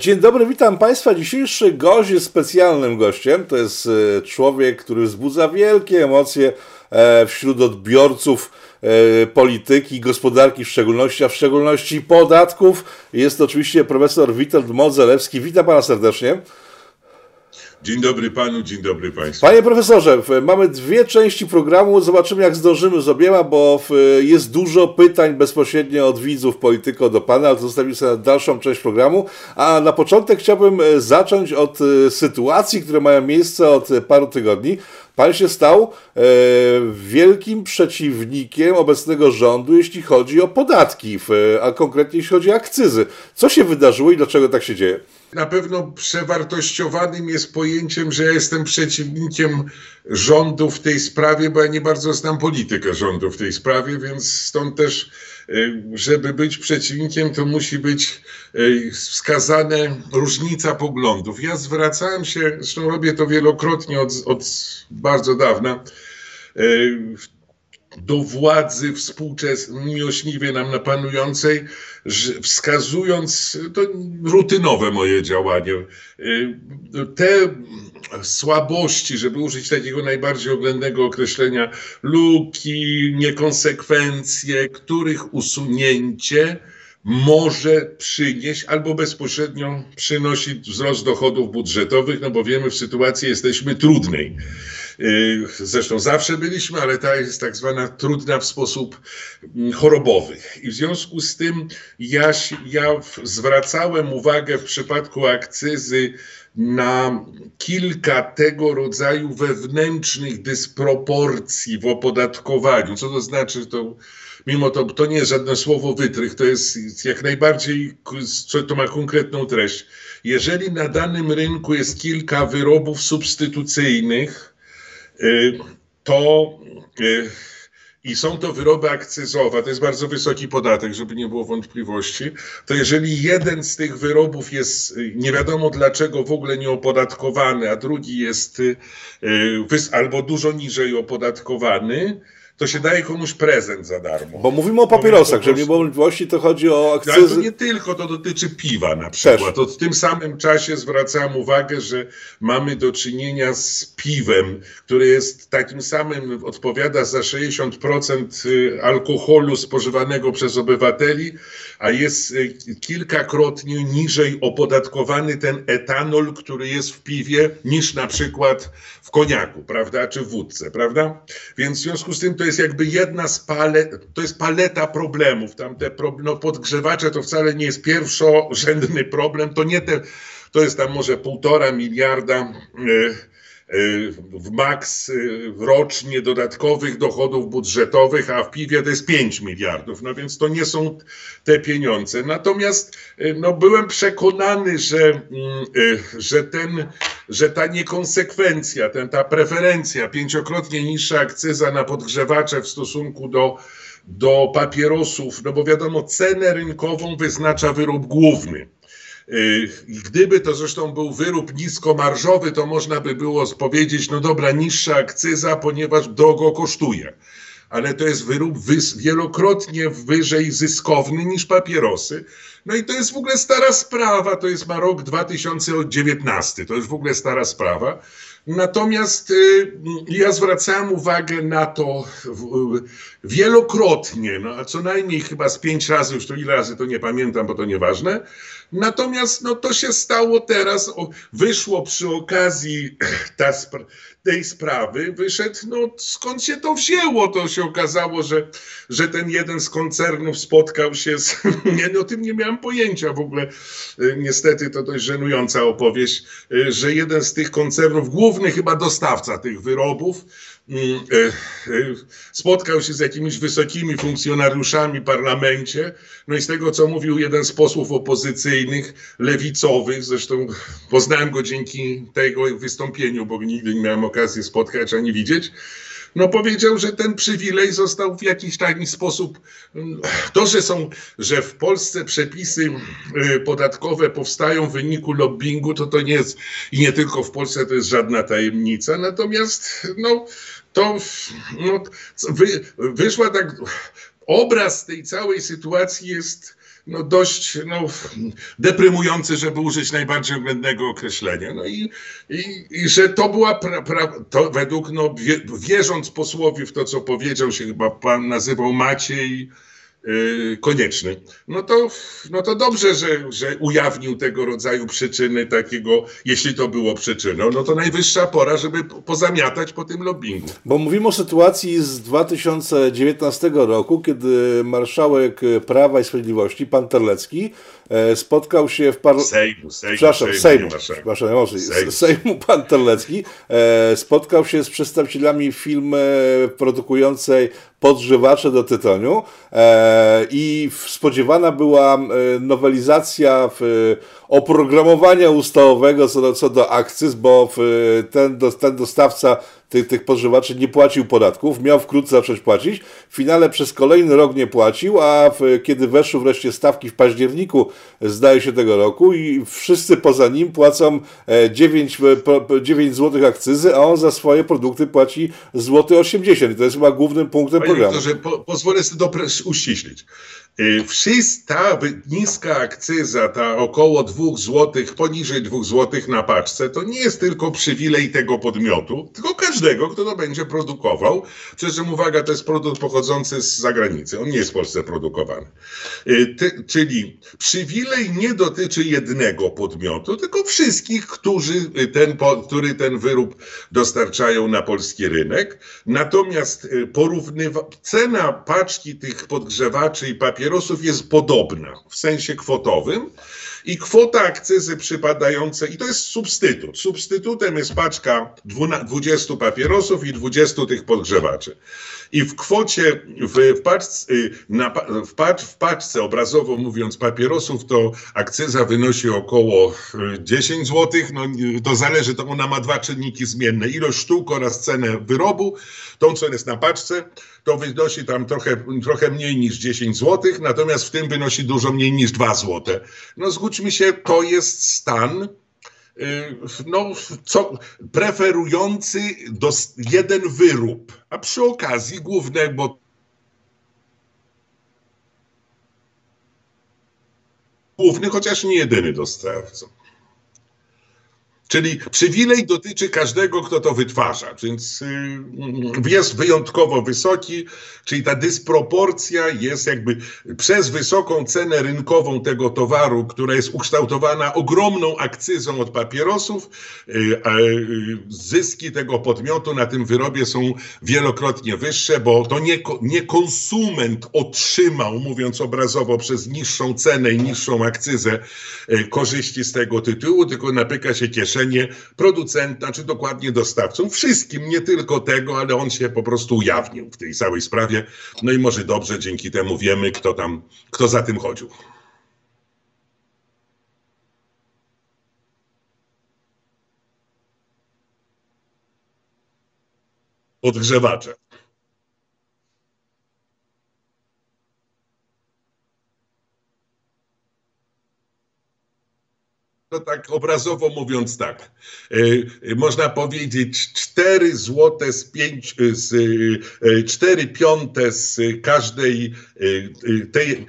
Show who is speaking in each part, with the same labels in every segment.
Speaker 1: Dzień dobry, witam Państwa. Dzisiejszy gość jest specjalnym gościem. To jest człowiek, który wzbudza wielkie emocje wśród odbiorców polityki, gospodarki w szczególności, a w szczególności podatków. Jest to oczywiście profesor Witold Modzelewski. Witam Pana serdecznie.
Speaker 2: Dzień dobry Panu, dzień dobry Państwu.
Speaker 1: Panie profesorze, mamy dwie części programu. Zobaczymy, jak zdążymy z obiema, bo jest dużo pytań bezpośrednio od widzów Polityko do Pana, ale to zostawimy sobie na dalszą część programu. A na początek chciałbym zacząć od sytuacji, które mają miejsce od paru tygodni. Pan się stał wielkim przeciwnikiem obecnego rządu, jeśli chodzi o podatki, a konkretnie jeśli chodzi o akcyzy. Co się wydarzyło i dlaczego tak się dzieje?
Speaker 2: Na pewno przewartościowanym jest pojęciem, że ja jestem przeciwnikiem rządu w tej sprawie, bo ja nie bardzo znam politykę rządu w tej sprawie, więc stąd też, żeby być przeciwnikiem, to musi być wskazana różnica poglądów. Ja zwracałem się, zresztą robię to wielokrotnie od bardzo dawna, do władzy współczesnej, miłośliwie nam panującej, wskazując, to rutynowe moje działanie, te słabości, żeby użyć takiego najbardziej oględnego określenia, luki, niekonsekwencje, których usunięcie może przynieść albo bezpośrednio przynosić wzrost dochodów budżetowych, no bo wiemy, w sytuacji jesteśmy trudnej. Zresztą zawsze byliśmy, ale ta jest tak zwana trudna w sposób chorobowy. I w związku z tym ja zwracałem uwagę w przypadku akcyzy na kilka tego rodzaju wewnętrznych dysproporcji w opodatkowaniu. Co to znaczy? Mimo to nie jest żadne słowo wytrych, to jest jak najbardziej, to ma konkretną treść. Jeżeli na danym rynku jest kilka wyrobów substytucyjnych, i są to wyroby akcyzowe, to jest bardzo wysoki podatek, żeby nie było wątpliwości, to jeżeli jeden z tych wyrobów jest nie wiadomo dlaczego w ogóle nieopodatkowany, a drugi jest albo dużo niżej opodatkowany, to się daje komuś prezent za darmo.
Speaker 1: Bo mówimy o papierosach, żeby nie było wątpliwości, to chodzi o akcyzy.
Speaker 2: Ale to nie tylko, to dotyczy piwa na przykład. To w tym samym czasie zwracam uwagę, że mamy do czynienia z piwem, które jest takim samym, odpowiada za 60% alkoholu spożywanego przez obywateli, a jest kilkakrotnie niżej opodatkowany ten etanol, który jest w piwie, niż na przykład w koniaku, prawda, czy w wódce, prawda? Więc w związku z tym to jest jakby jedna z to jest paleta problemów. Tam te podgrzewacze to wcale nie jest pierwszorzędny problem, to jest tam może 1,5 miliarda w maks rocznie dodatkowych dochodów budżetowych, a w piwie to jest 5 miliardów, no więc to nie są te pieniądze. Natomiast byłem przekonany, że ta niekonsekwencja, ta preferencja, 5-krotnie niższa akcyza na podgrzewacze w stosunku do papierosów, no bo wiadomo, cenę rynkową wyznacza wyrób główny. Gdyby to zresztą był wyrób niskomarżowy, to można by było powiedzieć, no dobra, niższa akcyza, ponieważ drogo kosztuje. Ale to jest wyrób wielokrotnie wyżej zyskowny niż papierosy. No i to jest w ogóle stara sprawa, to jest ma rok 2019, to już w ogóle stara sprawa. Natomiast ja zwracałem uwagę na to wielokrotnie, no a co najmniej chyba z 5 razy, już to ile razy to nie pamiętam, bo to nieważne. Natomiast to się stało teraz, wyszło przy okazji tej sprawy, wyszedł, skąd się to wzięło, to się okazało, że ten jeden z koncernów spotkał się o tym nie miałem pojęcia w ogóle, niestety to dość żenująca opowieść, że jeden z tych koncernów, główny chyba dostawca tych wyrobów, spotkał się z jakimiś wysokimi funkcjonariuszami w parlamencie, no i z tego co mówił jeden z posłów opozycyjnych, lewicowych, zresztą poznałem go dzięki tego wystąpieniu, bo nigdy nie miałem okazji spotkać ani widzieć, powiedział, że ten przywilej został w jakiś taki sposób, że w Polsce przepisy podatkowe powstają w wyniku lobbingu, to nie jest, i nie tylko w Polsce, to jest żadna tajemnica, natomiast wyszła tak, obraz tej całej sytuacji jest no dość deprymujący, żeby użyć najbardziej oględnego określenia. No i że to była, to według, wierząc posłowi w to, co powiedział, się chyba pan nazywał Maciej Konieczny. No to dobrze, że ujawnił tego rodzaju przyczyny takiego, jeśli to było przyczyną, no to najwyższa pora, żeby pozamiatać po tym lobbingu.
Speaker 1: Bo mówimy o sytuacji z 2019 roku, kiedy marszałek Prawa i Sprawiedliwości, pan Terlecki, spotkał się w Sejmu pan Terlecki spotkał się z przedstawicielami firmy produkującej podgrzewacze do tytoniu i spodziewana była nowelizacja oprogramowania ustawowego co do akcyz, bo ten dostawca tych podgrzewaczy nie płacił podatków, miał wkrótce zacząć płacić. W finale przez kolejny rok nie płacił, a kiedy weszły wreszcie stawki w październiku, zdaje się, tego roku i wszyscy poza nim płacą 9 zł akcyzy, a on za swoje produkty płaci złoty 80. I to jest chyba głównym punktem programu.
Speaker 2: Pozwolę sobie uściślić. Ta niska akcyza, ta około 2 zł, poniżej 2 zł na paczce, to nie jest tylko przywilej tego podmiotu, tylko każdego, kto to będzie produkował. Przy czym uwaga, to jest produkt pochodzący z zagranicy, on nie jest w Polsce produkowany. Czyli przywilej nie dotyczy jednego podmiotu, tylko wszystkich, który ten wyrób dostarczają na polski rynek. Natomiast cena paczki tych podgrzewaczy i papierosów jest podobna w sensie kwotowym i kwota akcyzy przypadającej, i to jest substytut. Substytutem jest paczka 20 papierosów i 20 tych podgrzewaczy. I w kwocie, w paczce, obrazowo mówiąc, papierosów, to akcyza wynosi około 10 zł. No, to zależy, to ona ma 2 czynniki zmienne. Ilość sztuk oraz cenę wyrobu. Tą, co jest na paczce, to wynosi tam trochę mniej niż 10 zł, natomiast w tym wynosi dużo mniej niż 2 zł. No zgódźmy się, to jest stan preferujący jeden wyrób, a przy okazji głównego chociaż nie jedyny dostawca. Czyli przywilej dotyczy każdego, kto to wytwarza, więc jest wyjątkowo wysoki, czyli ta dysproporcja jest jakby przez wysoką cenę rynkową tego towaru, która jest ukształtowana ogromną akcyzą od papierosów, zyski tego podmiotu na tym wyrobie są wielokrotnie wyższe, bo to nie konsument otrzymał, mówiąc obrazowo, przez niższą cenę i niższą akcyzę korzyści z tego tytułu, tylko napyka się kieszenie producenta, czy dokładnie dostawcą. Wszystkim, nie tylko tego, ale on się po prostu ujawnił w tej całej sprawie. No i może dobrze, dzięki temu wiemy, kto za tym chodził. Podgrzewacze. To tak obrazowo mówiąc tak, można powiedzieć 4 złote z 4/5 z każdej tej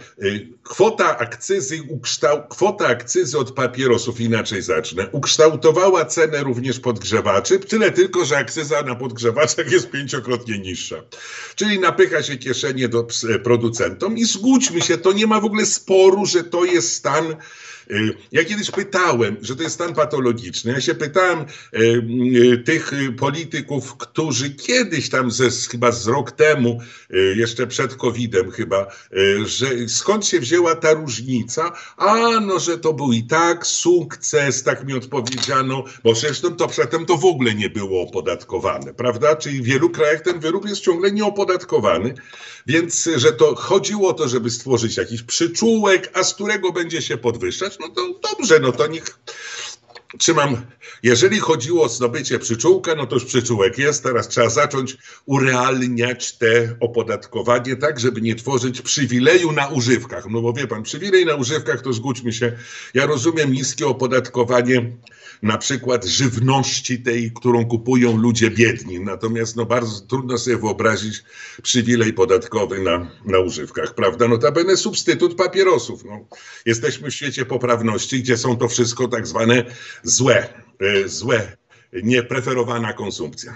Speaker 2: kwota akcyzy od papierosów, inaczej zacznę, ukształtowała cenę również podgrzewaczy, tyle tylko, że akcyza na podgrzewaczach jest 5-krotnie niższa. Czyli napycha się kieszenie do producentom i zgódźmy się, to nie ma w ogóle sporu, że to jest stan. Ja kiedyś pytałem, że to jest stan patologiczny. Ja się pytałem tych polityków, którzy kiedyś tam chyba z rok temu, jeszcze przed COVID-em chyba, że skąd się wzięła ta różnica? Że to był i tak sukces, tak mi odpowiedziano, bo zresztą to przedtem to w ogóle nie było opodatkowane, prawda? Czyli w wielu krajach ten wyrób jest ciągle nieopodatkowany, więc że to chodziło o to, żeby stworzyć jakiś przyczółek, a z którego będzie się podwyższać, no to dobrze, no to niech jeżeli chodziło o zdobycie przyczółka, no to już przyczółek jest, teraz trzeba zacząć urealniać te opodatkowanie tak, żeby nie tworzyć przywileju na używkach. No bo wie pan, przywilej na używkach to zgódźmy się, ja rozumiem niskie opodatkowanie na przykład żywności tej, którą kupują ludzie biedni. Natomiast no bardzo trudno sobie wyobrazić przywilej podatkowy na używkach, prawda? Notabene substytut papierosów. No, jesteśmy w świecie poprawności, gdzie są to wszystko tak zwane złe, niepreferowana konsumpcja.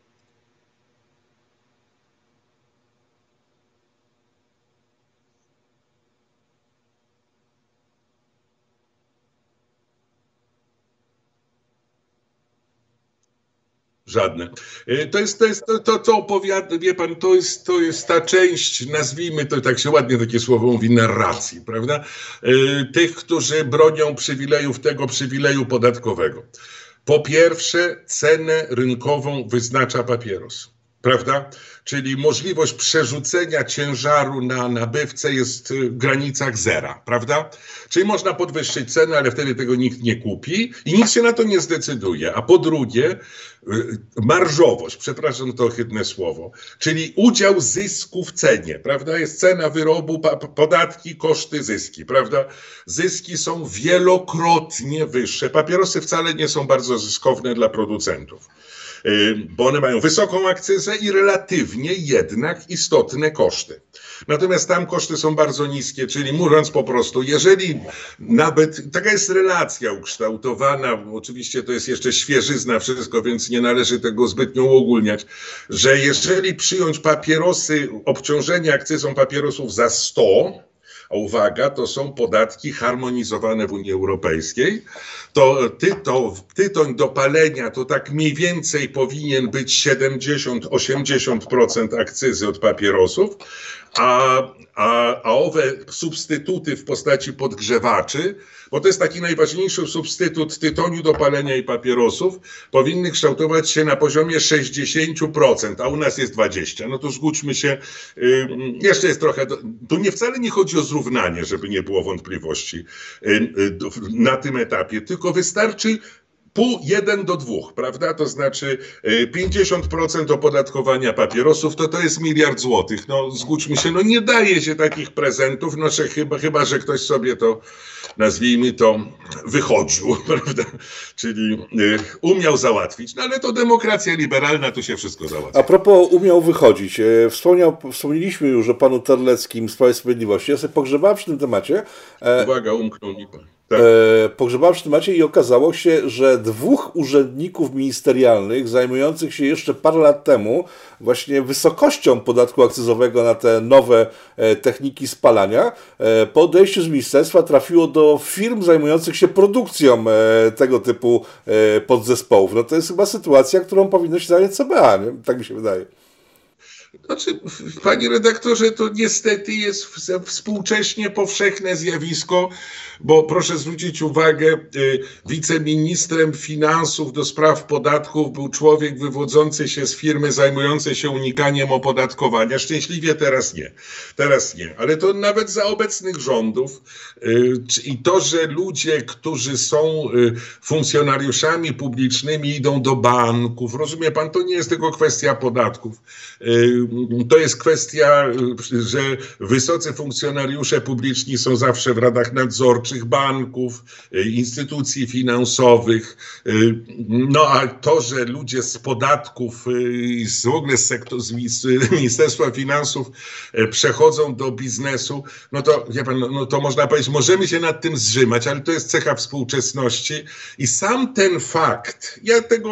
Speaker 2: Żadne. To co opowiada, wie pan, to jest ta część, nazwijmy to, tak się ładnie takie słowo mówi, narracji, prawda? Tych, którzy bronią przywilejów, tego przywileju podatkowego. Po pierwsze, cenę rynkową wyznacza papieros, prawda? Czyli możliwość przerzucenia ciężaru na nabywcę jest w granicach zera, prawda? Czyli można podwyższyć cenę, ale wtedy tego nikt nie kupi i nikt się na to nie zdecyduje. A po drugie, marżowość, przepraszam to ohydne słowo, czyli udział zysku w cenie, prawda? Jest cena wyrobu, podatki, koszty, zyski, prawda? Zyski są wielokrotnie wyższe. Papierosy wcale nie są bardzo zyskowne dla producentów, bo one mają wysoką akcyzę i relatywnie jednak istotne koszty. Natomiast tam koszty są bardzo niskie, czyli mówiąc po prostu, jeżeli nawet, taka jest relacja ukształtowana, oczywiście to jest jeszcze świeżyzna wszystko, więc nie należy tego zbytnio uogólniać, że jeżeli przyjąć papierosy, obciążenie akcyzą papierosów za 100, a uwaga, to są podatki harmonizowane w Unii Europejskiej, to tytoń do palenia to tak mniej więcej powinien być 70-80% akcyzy od papierosów, a owe substytuty w postaci podgrzewaczy, bo to jest taki najważniejszy substytut tytoniu do palenia i papierosów, powinny kształtować się na poziomie 60%, a u nas jest 20%. No to zgódźmy się, jeszcze jest trochę, tu wcale nie chodzi o zrównanie, żeby nie było wątpliwości na tym etapie, tylko wystarczy 1 do 2, prawda? To znaczy 50% opodatkowania papierosów, to jest 1 miliard złotych. No zgódźmy się, no nie daje się takich prezentów, no chyba, że ktoś sobie to, nazwijmy to, wychodził, prawda? Czyli umiał załatwić, no ale to demokracja liberalna, tu się wszystko załatwia.
Speaker 1: A propos umiał wychodzić, wspomnieliśmy już o panu Terleckim z Prawa i Sprawiedliwości. Ja sobie pogrzebałem przy tym temacie.
Speaker 2: Uwaga, umknął mi pan. Tak.
Speaker 1: Pogrzebałem przy temacie i okazało się, że 2 urzędników ministerialnych zajmujących się jeszcze parę lat temu właśnie wysokością podatku akcyzowego na te nowe techniki spalania, po odejściu z ministerstwa trafiło do firm zajmujących się produkcją tego typu podzespołów. No to jest chyba sytuacja, którą powinno się zająć CBA, nie? Tak mi się wydaje.
Speaker 2: Znaczy, panie redaktorze, to niestety jest współcześnie powszechne zjawisko, bo proszę zwrócić uwagę, wiceministrem finansów do spraw podatków był człowiek wywodzący się z firmy zajmującej się unikaniem opodatkowania. Szczęśliwie teraz nie, ale to nawet za obecnych rządów i to, że ludzie, którzy są funkcjonariuszami publicznymi, idą do banków, rozumie pan, to nie jest tylko kwestia podatków. To jest kwestia, że wysocy funkcjonariusze publiczni są zawsze w radach nadzorczych banków, instytucji finansowych. No a to, że ludzie z podatków, w ogóle z Ministerstwa Finansów przechodzą do biznesu, no to wie pan, no to można powiedzieć, możemy się nad tym zżymać, ale to jest cecha współczesności i sam ten fakt,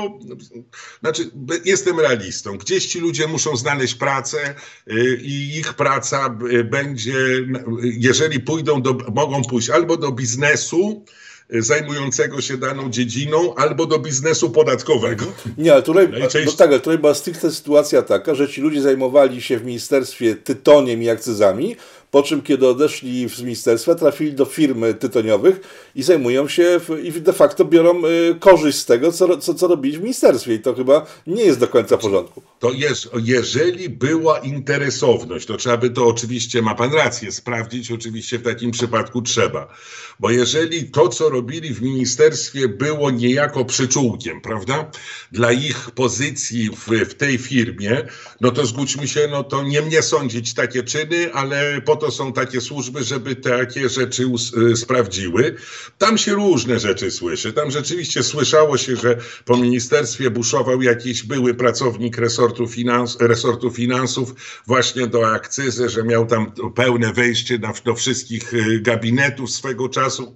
Speaker 2: znaczy jestem realistą, gdzieś ci ludzie muszą znaleźć pracę i ich praca będzie, jeżeli mogą pójść albo do biznesu zajmującego się daną dziedziną, albo do biznesu podatkowego.
Speaker 1: Nie, ale tutaj była stricte sytuacja taka, że ci ludzie zajmowali się w ministerstwie tytoniem i akcyzami, po czym kiedy odeszli z ministerstwa, trafili do firm tytoniowych i zajmują się i de facto biorą korzyść z tego, co robili w ministerstwie i to chyba nie jest do końca w porządku.
Speaker 2: to jeżeli była interesowność, to trzeba by to oczywiście, ma pan rację, sprawdzić oczywiście w takim przypadku trzeba. Bo jeżeli to, co robili w ministerstwie było niejako przyczółkiem, prawda, dla ich pozycji w tej firmie, no to zgódźmy się, no to nie mnie sądzić takie czyny, ale po to są takie służby, żeby takie rzeczy sprawdziły. Tam się różne rzeczy słyszy. Tam rzeczywiście słyszało się, że po ministerstwie buszował jakiś były pracownik resortu finansów właśnie do akcyzy, że miał tam pełne wejście do wszystkich gabinetów swego czasu.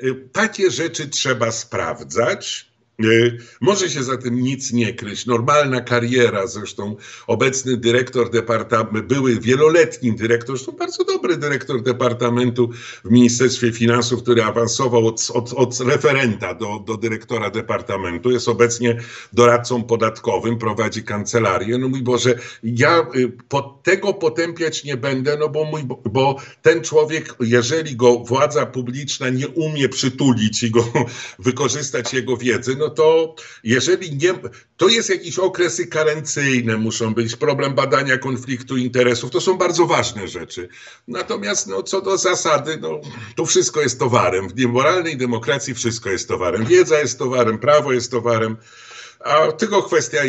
Speaker 2: Takie rzeczy trzeba sprawdzać. Może się za tym nic nie kryć. Normalna kariera, zresztą obecny dyrektor departamentu, były wieloletni dyrektor, zresztą bardzo dobry dyrektor departamentu w Ministerstwie Finansów, który awansował od referenta do dyrektora departamentu, jest obecnie doradcą podatkowym, prowadzi kancelarię. No mój Boże, ja tego potępiać nie będę, no bo ten człowiek, jeżeli go władza publiczna nie umie przytulić i wykorzystać jego wiedzy, no to jeżeli nie, to jest jakieś okresy karencyjne muszą być, problem badania konfliktu interesów, to są bardzo ważne rzeczy. Natomiast no, co do zasady, no, to wszystko jest towarem. W moralnej demokracji wszystko jest towarem. Wiedza jest towarem, prawo jest towarem, a tylko kwestia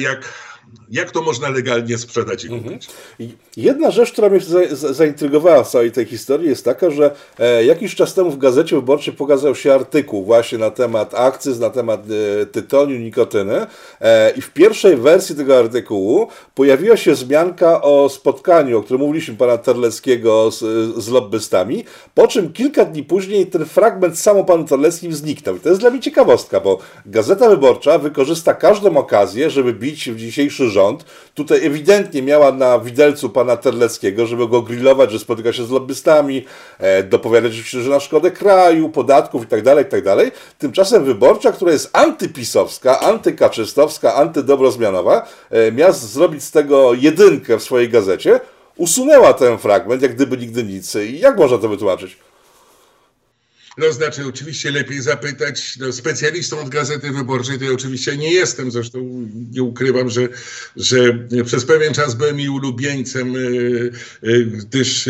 Speaker 2: jak to można legalnie sprzedać i kupić.
Speaker 1: Jedna rzecz, która mnie zaintrygowała w całej tej historii, jest taka, że jakiś czas temu w Gazecie Wyborczej pokazał się artykuł właśnie na temat akcyz, na temat tytoniu, nikotyny i w pierwszej wersji tego artykułu pojawiła się wzmianka o spotkaniu, o którym mówiliśmy pana Terleckiego z lobbystami, po czym kilka dni później ten fragment sam o panu Terleckim zniknął. I to jest dla mnie ciekawostka, bo Gazeta Wyborcza wykorzysta każdą okazję, żeby bić w dzisiejszy rząd. Tutaj ewidentnie miała na widelcu pana Terleckiego, żeby go grillować, że spotyka się z lobbystami, dopowiadać, że na szkodę kraju, podatków itd., itd. Tymczasem Wyborcza, która jest antypisowska, antykaczystowska, antydobrozmianowa, miała zrobić z tego jedynkę w swojej gazecie, usunęła ten fragment, jak gdyby nigdy nic. I jak można to wytłumaczyć?
Speaker 2: No znaczy oczywiście lepiej zapytać, no, specjalistą od Gazety Wyborczej to ja oczywiście nie jestem, zresztą nie ukrywam, że przez pewien czas byłem jej ulubieńcem, gdyż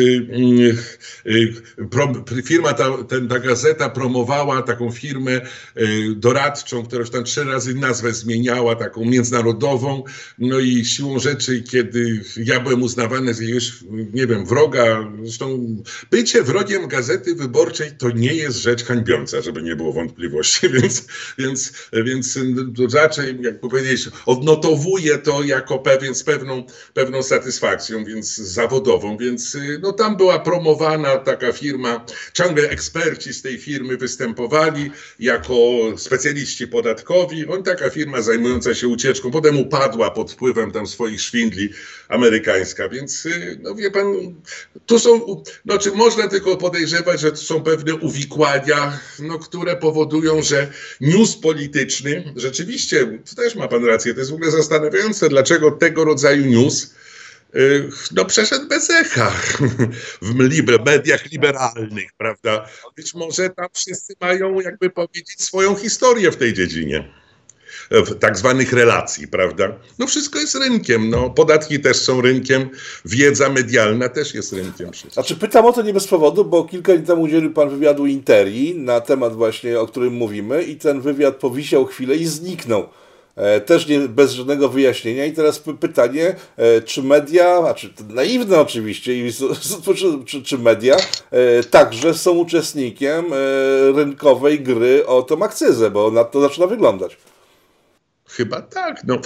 Speaker 2: firma ta gazeta promowała taką firmę doradczą, która już tam 3 razy nazwę zmieniała, taką międzynarodową, no i siłą rzeczy, kiedy ja byłem uznawany za jakiegoś, nie wiem, wroga, zresztą bycie wrogiem Gazety Wyborczej to nie jest rzecz hańbiąca, żeby nie było wątpliwości, więc raczej, jak powiedzieć, odnotowuję to jako z pewną satysfakcją, więc zawodową, więc no tam była promowana taka firma, ciągle eksperci z tej firmy występowali jako specjaliści podatkowi, taka firma zajmująca się ucieczką, potem upadła pod wpływem tam swoich szwindli amerykańska, więc no wie pan, tu są, no czy można tylko podejrzewać, że to są pewne uwikłania, no, które powodują, że news polityczny, rzeczywiście, to też ma pan rację, to jest w ogóle zastanawiające, dlaczego tego rodzaju news no, przeszedł bez echa w mediach liberalnych, prawda? Być może tam wszyscy mają, jakby powiedzieć, swoją historię w tej dziedzinie. Tak zwanych relacji, prawda? No wszystko jest rynkiem, no podatki też są rynkiem, wiedza medialna też jest rynkiem.
Speaker 1: Znaczy pytam o to nie bez powodu, bo kilka dni temu udzielił pan wywiadu Interii na temat właśnie, o którym mówimy i ten wywiad powisiał chwilę i zniknął. Też nie, bez żadnego wyjaśnienia i teraz pytanie, czy media, znaczy naiwne oczywiście, czy media także są uczestnikiem rynkowej gry o tą akcyzę, bo na to zaczyna wyglądać.
Speaker 2: Chyba tak. No,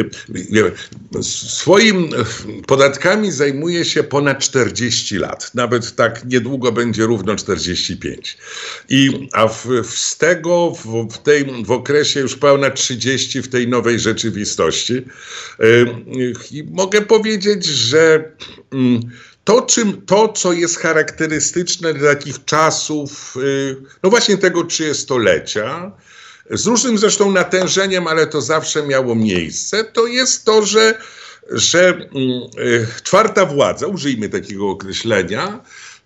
Speaker 2: swoim podatkami zajmuje się ponad 40 lat. Nawet tak niedługo będzie równo 45. A z tego w okresie już ponad 30 w tej nowej rzeczywistości. I mogę powiedzieć, że to, co jest charakterystyczne dla takich czasów, no właśnie tego 30-lecia, z różnym zresztą natężeniem, ale to zawsze miało miejsce, to jest to, że czwarta władza, użyjmy takiego określenia,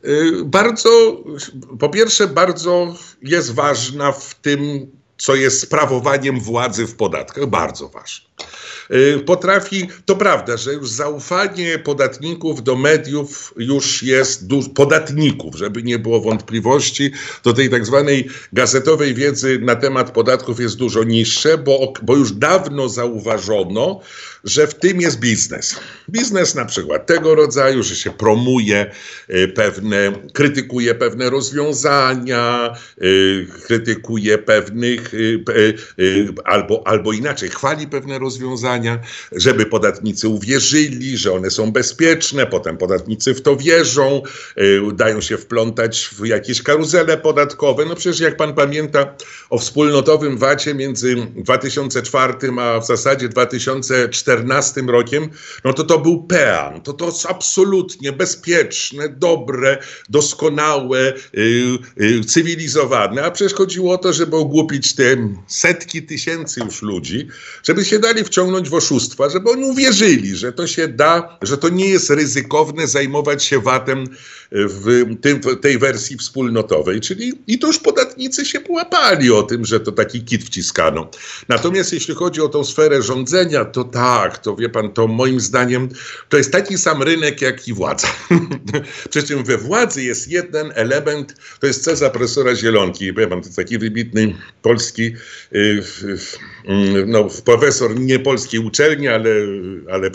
Speaker 2: po pierwsze bardzo jest ważna w tym, co jest sprawowaniem władzy w podatkach, bardzo ważna. Potrafi, to prawda, że już zaufanie podatników do mediów już jest, podatników, żeby nie było wątpliwości, do tej tak zwanej gazetowej wiedzy na temat podatków jest dużo niższe, bo już dawno zauważono, że w tym jest biznes. Biznes na przykład tego rodzaju, że się promuje krytykuje pewne rozwiązania, krytykuje pewnych, albo inaczej, chwali pewne rozwiązania, żeby podatnicy uwierzyli, że one są bezpieczne, potem podatnicy w to wierzą, dają się wplątać w jakieś karuzele podatkowe. No przecież jak pan pamięta o wspólnotowym VAT-ie między 2004 a w zasadzie 2014 rokiem, no to był pean. To jest absolutnie bezpieczne, dobre, doskonałe, cywilizowane. A przecież chodziło o to, żeby ogłupić te setki tysięcy już ludzi, żeby się dali wciągnąć w oszustwa, żeby oni uwierzyli, że to się da, że to nie jest ryzykowne zajmować się VAT-em w tej wersji wspólnotowej. Czyli i to już podatnicy się połapali o tym, że to taki kit wciskano. Natomiast jeśli chodzi o tą sferę rządzenia, to tak, to wie pan, to moim zdaniem to jest taki sam rynek jak i władza. Przy czym we władzy jest jeden element, to jest Cezar profesora Zielonki. Wie pan, to jest taki wybitny polski profesor nie polskiej uczelni, ale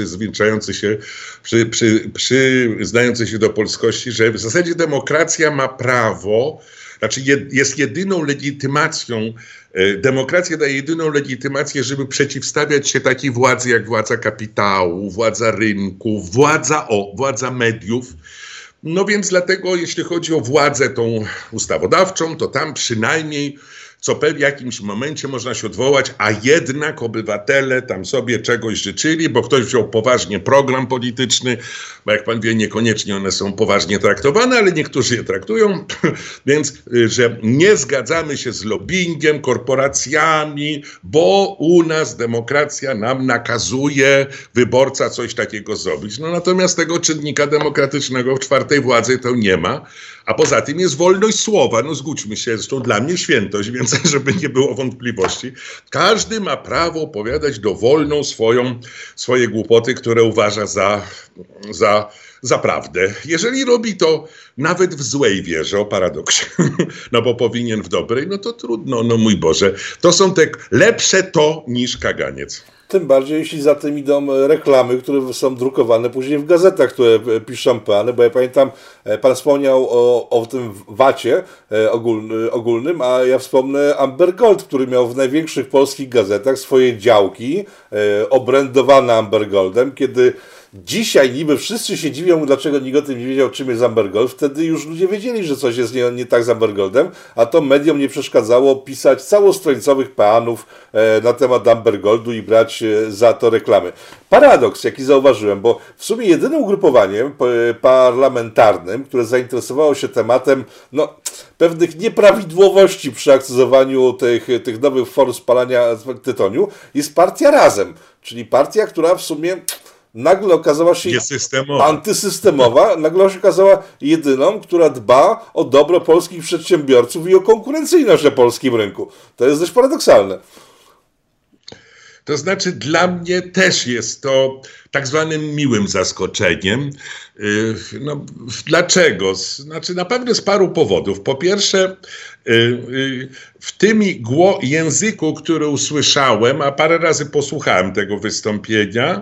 Speaker 2: przyznający się do polskości, że w zasadzie demokracja ma prawo, znaczy jest jedyną legitymacją, demokracja daje jedyną legitymację, żeby przeciwstawiać się takiej władzy jak władza kapitału, władza rynku, władza mediów. No więc dlatego, jeśli chodzi o władzę tą ustawodawczą, to tam przynajmniej co w jakimś momencie można się odwołać, a jednak obywatele tam sobie czegoś życzyli, bo ktoś wziął poważnie program polityczny, bo jak pan wie, niekoniecznie one są poważnie traktowane, ale niektórzy je traktują, więc że nie zgadzamy się z lobbyingiem, korporacjami, bo u nas demokracja nam nakazuje wyborca coś takiego zrobić. No natomiast tego czynnika demokratycznego w czwartej władzy to nie ma. A poza tym jest wolność słowa. No zgódźmy się, zresztą dla mnie świętość, więc żeby nie było wątpliwości. Każdy ma prawo opowiadać dowolną swoje głupoty, które uważa za prawdę. Jeżeli robi to nawet w złej wierze, o paradoksie, no bo powinien w dobrej, no to trudno, no mój Boże. To są te lepsze to niż kaganiec.
Speaker 1: Tym bardziej, jeśli za tym idą reklamy, które są drukowane później w gazetach, które piszą pan, bo ja pamiętam, pan wspomniał o tym VAT-ie ogólnym, a ja wspomnę Amber Gold, który miał w największych polskich gazetach swoje działki obrędowane Amber Goldem, kiedy dzisiaj niby wszyscy się dziwią, dlaczego nikt o tym nie wiedział, czym jest Amber Gold. Wtedy już ludzie wiedzieli, że coś jest nie tak z Amber Goldem, a to mediom nie przeszkadzało pisać całostrońcowych peanów na temat Amber Goldu i brać za to reklamy. Paradoks, jaki zauważyłem, bo w sumie jedynym ugrupowaniem parlamentarnym, które zainteresowało się tematem pewnych nieprawidłowości przy akcyzowaniu tych nowych form spalania tytoniu, jest partia Razem, czyli partia, która w sumie nagle okazała się antysystemowa, nagle się okazała jedyną, która dba o dobro polskich przedsiębiorców i o konkurencyjność na polskim rynku. To jest dość paradoksalne.
Speaker 2: To znaczy dla mnie też jest to tak zwanym miłym zaskoczeniem. No, dlaczego? Znaczy na pewno z paru powodów. Po pierwsze, w tym języku, który usłyszałem, a parę razy posłuchałem tego wystąpienia,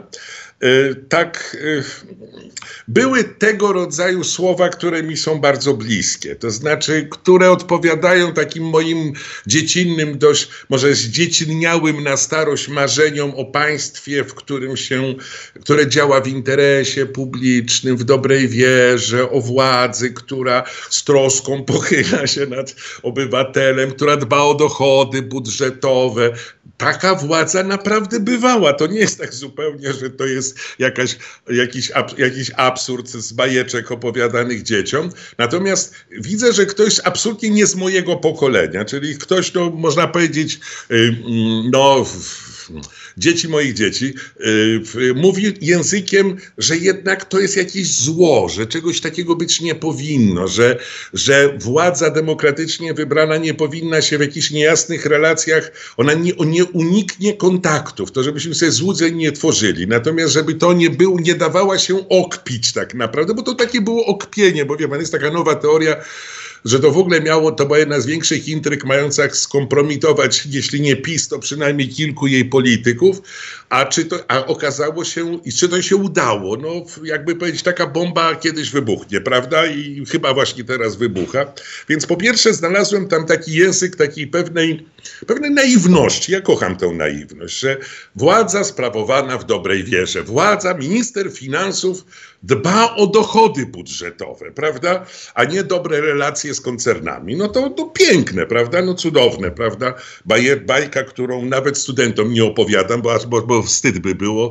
Speaker 2: były tego rodzaju słowa, które mi są bardzo bliskie, to znaczy, które odpowiadają takim moim dziecinnym, dość może zdziecinniałym na starość marzeniom o państwie, które działa w interesie publicznym, w dobrej wierze, o władzy, która z troską pochyla się nad obywatelem, która dba o dochody budżetowe. Taka władza naprawdę bywała. To nie jest tak zupełnie, że to jest jakiś absurd z bajeczek opowiadanych dzieciom. Natomiast widzę, że ktoś absolutnie nie z mojego pokolenia, czyli ktoś, można powiedzieć, dzieci moich dzieci, mówi językiem, że jednak to jest jakieś zło, że czegoś takiego być nie powinno, że władza demokratycznie wybrana nie powinna się w jakichś niejasnych relacjach, ona nie uniknie kontaktów, to żebyśmy sobie złudzeń nie tworzyli. Natomiast żeby to nie dawała się okpić tak naprawdę, bo to takie było okpienie, bo wie pan, jest taka nowa teoria, że to w ogóle to była jedna z większych intryg mająca skompromitować, jeśli nie PiS, to przynajmniej kilku jej polityków, a okazało się, i czy to się udało, no jakby powiedzieć, taka bomba kiedyś wybuchnie, prawda, i chyba właśnie teraz wybucha, więc po pierwsze znalazłem tam taki język takiej pewnej naiwności, ja kocham tę naiwność, że władza sprawowana w dobrej wierze, minister finansów dba o dochody budżetowe, prawda, a nie dobre relacje z koncernami. No to piękne, prawda, no cudowne, prawda, bajka, którą nawet studentom nie opowiadam, bo wstyd by było,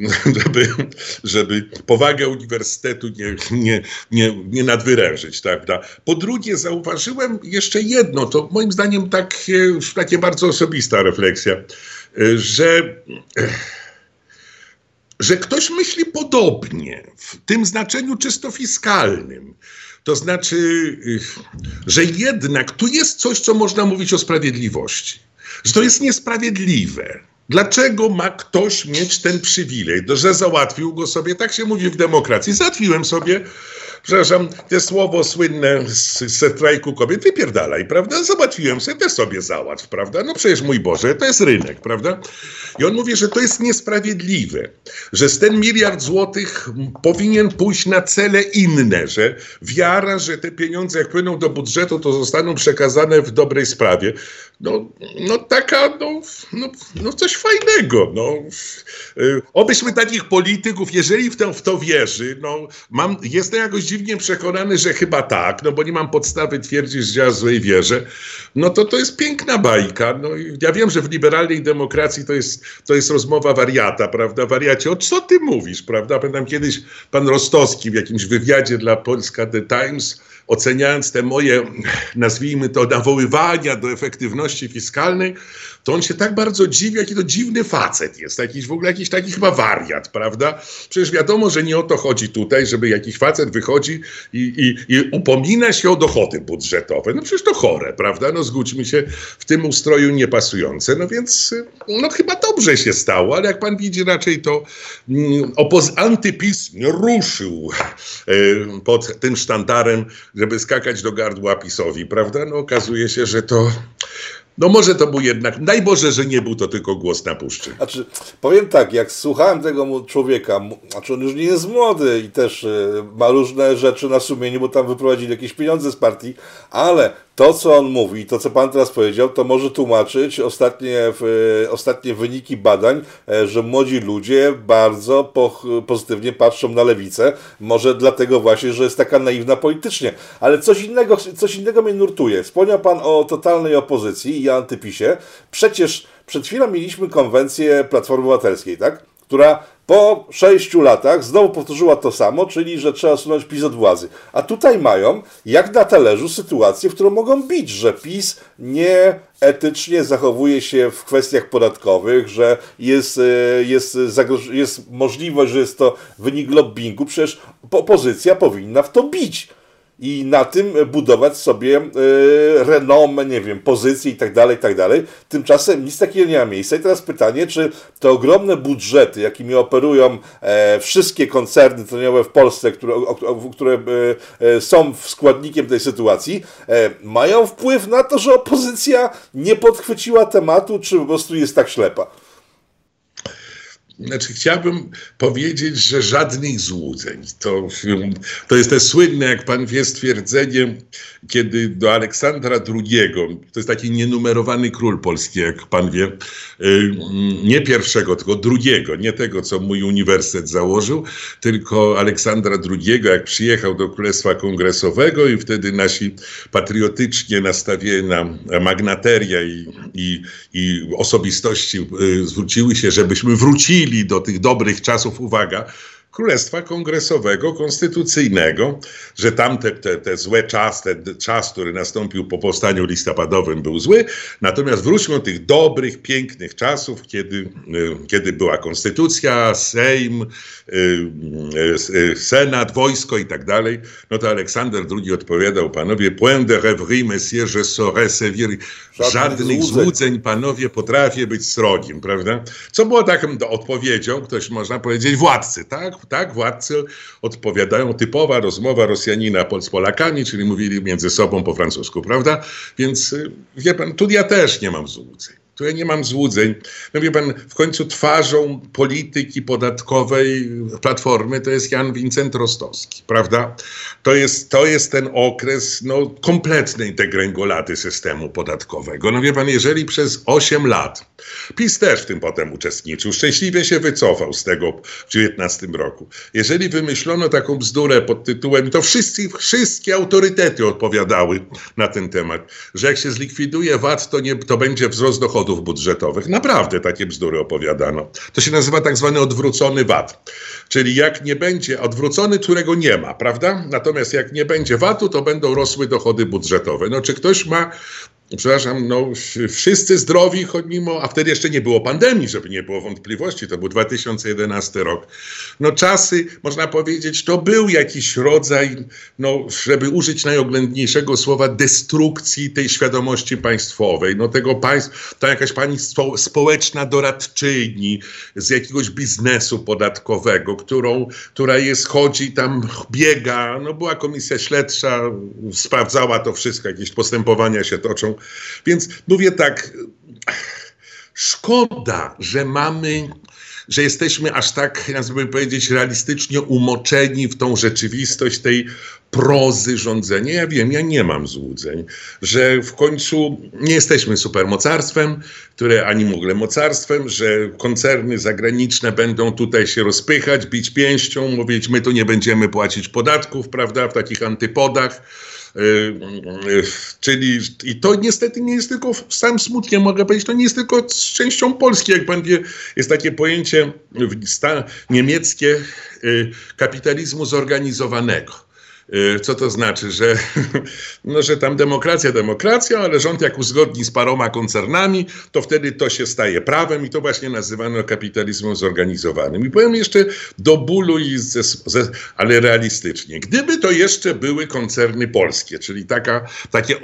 Speaker 2: żeby powagę uniwersytetu nie nadwyrężyć, prawda. Po drugie zauważyłem jeszcze jedno, to moim zdaniem takie bardzo osobista refleksja, że ktoś myśli podobnie, w tym znaczeniu czysto fiskalnym. To znaczy, że jednak tu jest coś, co można mówić o sprawiedliwości. Że to jest niesprawiedliwe. Dlaczego ma ktoś mieć ten przywilej, że załatwił go sobie, tak się mówi w demokracji, załatwiłem sobie, przepraszam, te słowo słynne ze strajku kobiet, wypierdalaj, prawda, załatwiłem sobie, też sobie załatw, prawda, no przecież mój Boże, to jest rynek, prawda. I on mówi, że to jest niesprawiedliwe, że z ten 1 miliard złotych powinien pójść na cele inne, że wiara, że te pieniądze jak płyną do budżetu, to zostaną przekazane w dobrej sprawie. No taka, no coś fajnego, no. Obyśmy takich polityków, jeżeli w to wierzy, no jestem jakoś dziwnie przekonany, że chyba tak, no bo nie mam podstawy twierdzić, że ja w złej wierze, no to jest piękna bajka, no i ja wiem, że w liberalnej demokracji to jest rozmowa wariata, prawda, wariacie, o co ty mówisz, prawda, pamiętam kiedyś pan Rostowski w jakimś wywiadzie dla Polska The Times, oceniając te moje, nazwijmy to, nawoływania do efektywności fiskalnej, to on się tak bardzo dziwi, jaki to dziwny facet jest, jakiś taki chyba wariat, prawda? Przecież wiadomo, że nie o to chodzi tutaj, żeby jakiś facet wychodzi i upomina się o dochody budżetowe. No przecież to chore, prawda? No zgódźmy się, w tym ustroju niepasujące. No więc, no chyba dobrze się stało, ale jak pan widzi, raczej to antyPiS ruszył pod tym sztandarem, żeby skakać do gardła PiS-owi, prawda? No okazuje się, że to... No może to był jednak, daj Boże, że nie był to tylko głos na puszczy.
Speaker 1: Znaczy, powiem tak, jak słuchałem tego człowieka, znaczy on już nie jest młody i też ma różne rzeczy na sumieniu, bo tam wyprowadzili jakieś pieniądze z partii, ale to, co on mówi, to, co pan teraz powiedział, to może tłumaczyć ostatnie wyniki badań, że młodzi ludzie bardzo pozytywnie patrzą na lewicę. Może dlatego właśnie, że jest taka naiwna politycznie. Ale coś innego mnie nurtuje. Wspomniał pan o totalnej opozycji i antypisie. Przecież przed chwilą mieliśmy konwencję Platformy Obywatelskiej, tak? Która po 6 latach znowu powtórzyła to samo, czyli że trzeba usunąć PiS od władzy. A tutaj mają, jak na talerzu, sytuację, w którą mogą bić, że PiS nieetycznie zachowuje się w kwestiach podatkowych, że jest możliwość, że jest to wynik lobbingu. Przecież opozycja powinna w to bić. I na tym budować sobie renomę, nie wiem, pozycję i tak dalej. Tymczasem nic takiego nie ma miejsca. I teraz pytanie, czy te ogromne budżety, jakimi operują wszystkie koncerny tytoniowe w Polsce, które są składnikiem tej sytuacji, mają wpływ na to, że opozycja nie podchwyciła tematu, czy po prostu jest tak ślepa?
Speaker 2: Znaczy, chciałbym powiedzieć, że żadnych złudzeń. To jest te słynne, jak pan wie, stwierdzenie, kiedy do Aleksandra II, to jest taki nienumerowany król polski, jak pan wie, nie pierwszego, tylko drugiego, nie tego, co mój uniwersytet założył, tylko Aleksandra II, jak przyjechał do Królestwa Kongresowego i wtedy nasi patriotycznie nastawieni magnateria i osobistości zwróciły się, żebyśmy wrócili do tych dobrych czasów, uwaga, Królestwa Kongresowego, Konstytucyjnego, że tam te złe czas, ten czas, który nastąpił po powstaniu listopadowym był zły, natomiast wróćmy do tych dobrych, pięknych czasów, kiedy była konstytucja, Sejm, Senat, wojsko i tak dalej. No to Aleksander II odpowiadał: panowie, point de rêverie, monsieur, je saurais servir. Żadnych złudzeń, panowie, potrafię być srogim, prawda? Co było taką odpowiedzią, ktoś można powiedzieć, władcy, tak? Tak, władcy odpowiadają, typowa rozmowa Rosjanina z Polakami, czyli mówili między sobą po francusku, prawda? Więc wie pan, tu ja też nie mam złudzeń. Tu ja nie mam złudzeń. No wie pan, w końcu twarzą polityki podatkowej Platformy to jest Jan Wincent Rostowski, prawda? To jest ten okres kompletnej degrengolady systemu podatkowego. No wie pan, jeżeli przez 8 lat, PiS też w tym potem uczestniczył, szczęśliwie się wycofał z tego w 19 roku. Jeżeli wymyślono taką bzdurę pod tytułem, to wszystkie autorytety odpowiadały na ten temat, że jak się zlikwiduje VAT, to będzie wzrost dochodów budżetowych. Naprawdę takie bzdury opowiadano. To się nazywa tak zwany odwrócony VAT. Czyli jak nie będzie odwrócony, którego nie ma, prawda? Natomiast jak nie będzie VAT-u, to będą rosły dochody budżetowe. No czy ktoś ma, przepraszam, wszyscy zdrowi, a wtedy jeszcze nie było pandemii, żeby nie było wątpliwości, to był 2011 rok. No czasy, można powiedzieć, to był jakiś rodzaj, żeby użyć najoględniejszego słowa, destrukcji tej świadomości państwowej. Ta jakaś pani społeczna doradczyni z jakiegoś biznesu podatkowego, która chodzi tam, biega, była komisja śledcza, sprawdzała to wszystko, jakieś postępowania się toczą. Więc mówię tak, szkoda, że jesteśmy aż tak, jakby powiedzieć, realistycznie umoczeni w tą rzeczywistość tej prozy rządzenia. Ja wiem, ja nie mam złudzeń, że w końcu nie jesteśmy supermocarstwem, ani w ogóle mocarstwem, że koncerny zagraniczne będą tutaj się rozpychać, bić pięścią, mówić, my tu nie będziemy płacić podatków, prawda, w takich antypodach. Czyli i to niestety nie jest tylko, z całym smutkiem mogę powiedzieć, to nie jest tylko częścią Polski. Jak pan wie, jest takie pojęcie niemieckie kapitalizmu zorganizowanego. Co to znaczy, że tam demokracja, ale rząd jak uzgodni z paroma koncernami, to wtedy to się staje prawem i to właśnie nazywano kapitalizmem zorganizowanym. I powiem jeszcze do bólu, ale realistycznie. Gdyby to jeszcze były koncerny polskie, czyli taki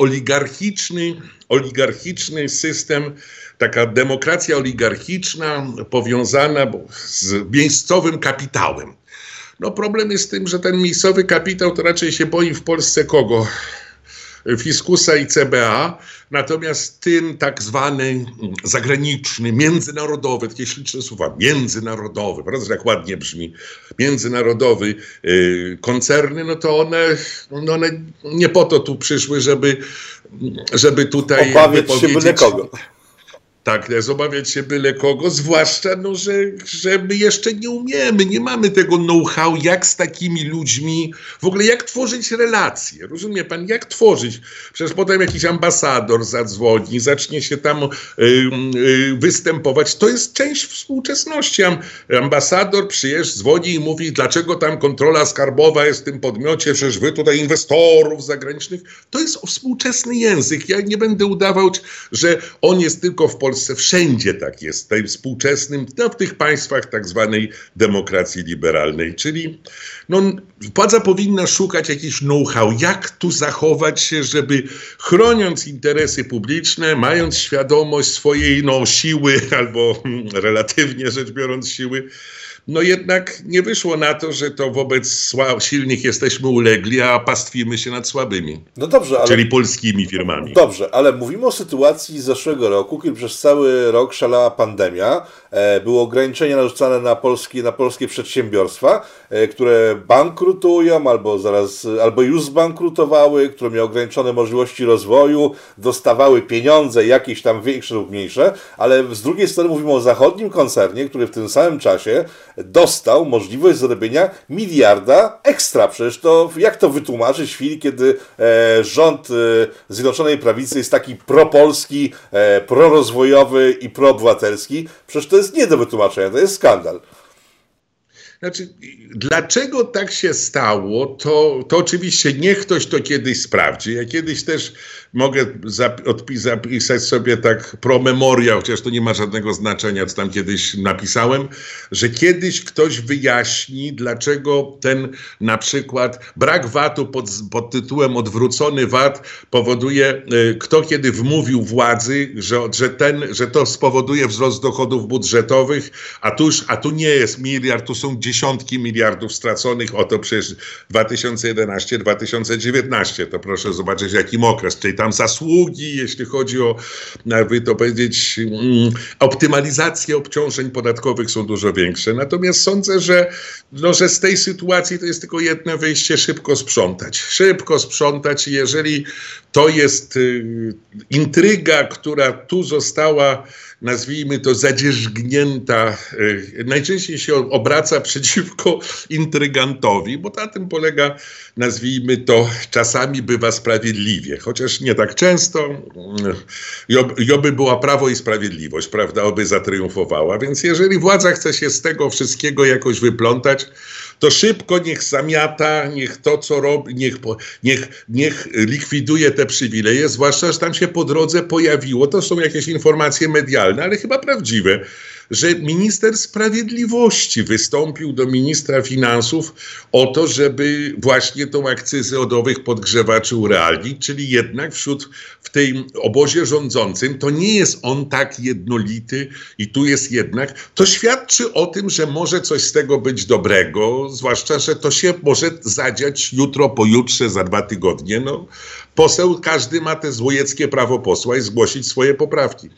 Speaker 2: oligarchiczny system, taka demokracja oligarchiczna powiązana z miejscowym kapitałem. Problem jest z tym, że ten miejscowy kapitał to raczej się boi w Polsce kogo? Fiskusa i CBA, natomiast ten tak zwany zagraniczny, międzynarodowy, takie śliczne słowa, międzynarodowy, prawda, jak ładnie brzmi, międzynarodowy koncerny, to one nie po to tu przyszły, żeby tutaj
Speaker 1: obawiać się byle kogo.
Speaker 2: Tak, obawiać się byle kogo, zwłaszcza, że my jeszcze nie umiemy, nie mamy tego know-how, jak z takimi ludźmi, w ogóle jak tworzyć relacje, rozumie pan, jak tworzyć, przecież potem jakiś ambasador zadzwoni, zacznie się tam występować, to jest część współczesności, ambasador dzwoni i mówi, dlaczego tam kontrola skarbowa jest w tym podmiocie, przecież wy tutaj inwestorów zagranicznych, to jest współczesny język, ja nie będę udawał, że on jest tylko w Polsce, wszędzie tak jest, w tym współczesnym, w tych państwach tak zwanej demokracji liberalnej, czyli władza powinna szukać jakichś know-how, jak tu zachować się, żeby chroniąc interesy publiczne, mając świadomość swojej siły, albo relatywnie rzecz biorąc siły, jednak nie wyszło na to, że to wobec silnych jesteśmy ulegli, a pastwimy się nad słabymi.
Speaker 1: Dobrze,
Speaker 2: czyli polskimi firmami.
Speaker 1: Dobrze, ale mówimy o sytuacji z zeszłego roku, kiedy przez cały rok szalała pandemia, były ograniczenia narzucane na polskie przedsiębiorstwa, które bankrutują albo już zbankrutowały, które miały ograniczone możliwości rozwoju, dostawały pieniądze jakieś tam większe lub mniejsze, ale z drugiej strony mówimy o zachodnim koncernie, który w tym samym czasie dostał możliwość zarobienia miliarda ekstra. Przecież to jak to wytłumaczyć w chwili, kiedy rząd Zjednoczonej Prawicy jest taki propolski, prorozwojowy i proobywatelski? Przecież to jest nie do wytłumaczenia, to jest skandal.
Speaker 2: Znaczy, dlaczego tak się stało, to oczywiście niech ktoś to kiedyś sprawdzi. Ja kiedyś też mogę zapisać sobie tak pro memoria, chociaż to nie ma żadnego znaczenia, co tam kiedyś napisałem, że kiedyś ktoś wyjaśni, dlaczego ten na przykład brak VAT-u pod tytułem odwrócony VAT powoduje, kto kiedy wmówił władzy, że to spowoduje wzrost dochodów budżetowych, a tu nie jest miliard, tu są dziesiątki miliardów straconych, oto przecież 2011-2019, to proszę zobaczyć jakim okres, czyli tam zasługi, jeśli chodzi o, jakby to powiedzieć, optymalizację obciążeń podatkowych są dużo większe. Natomiast sądzę, że z tej sytuacji to jest tylko jedno wyjście, szybko sprzątać i jeżeli to jest intryga, która tu została, nazwijmy to, zadzierzgnięta, najczęściej się obraca przeciwko intrygantowi, bo na tym polega, nazwijmy to, czasami bywa sprawiedliwie, chociaż nie tak często, i oby była Prawo i Sprawiedliwość, prawda, oby zatriumfowała, więc jeżeli władza chce się z tego wszystkiego jakoś wyplątać, to szybko niech zamiata, niech to, co robi, niech likwiduje te przywileje, zwłaszcza, że tam się po drodze pojawiło, to są jakieś informacje medialne, ale chyba prawdziwe, że minister sprawiedliwości wystąpił do ministra finansów o to, żeby właśnie tą akcyzę od owych podgrzewaczy urealnić, czyli jednak w tym obozie rządzącym to nie jest on tak jednolity i tu jest jednak, to świadczy o tym, że może coś z tego być dobrego, zwłaszcza, że to się może zadziać jutro, pojutrze, za 2 tygodnie. No, poseł, każdy ma te złojeckie prawo posła i zgłosić swoje poprawki.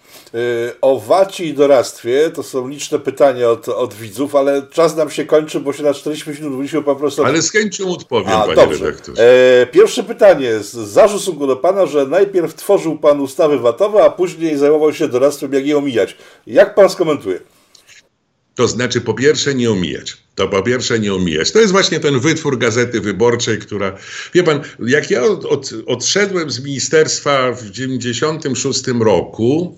Speaker 1: O VAT-cie i doradztwie to są liczne pytania od widzów, ale czas nam się kończy, bo się na 40 minut mówiliśmy po prostu.
Speaker 2: Ale z chęcią odpowiem, panie redaktorze.
Speaker 1: Pierwsze pytanie. Zarzut w stosunku do pana, że najpierw tworzył pan ustawy VAT-owe, a później zajmował się doradztwem, jak je omijać. Jak pan skomentuje?
Speaker 2: To znaczy, po pierwsze nie omijać. To jest właśnie ten wytwór Gazety Wyborczej, która... Wie pan, jak ja odszedłem z ministerstwa w 1996 roku,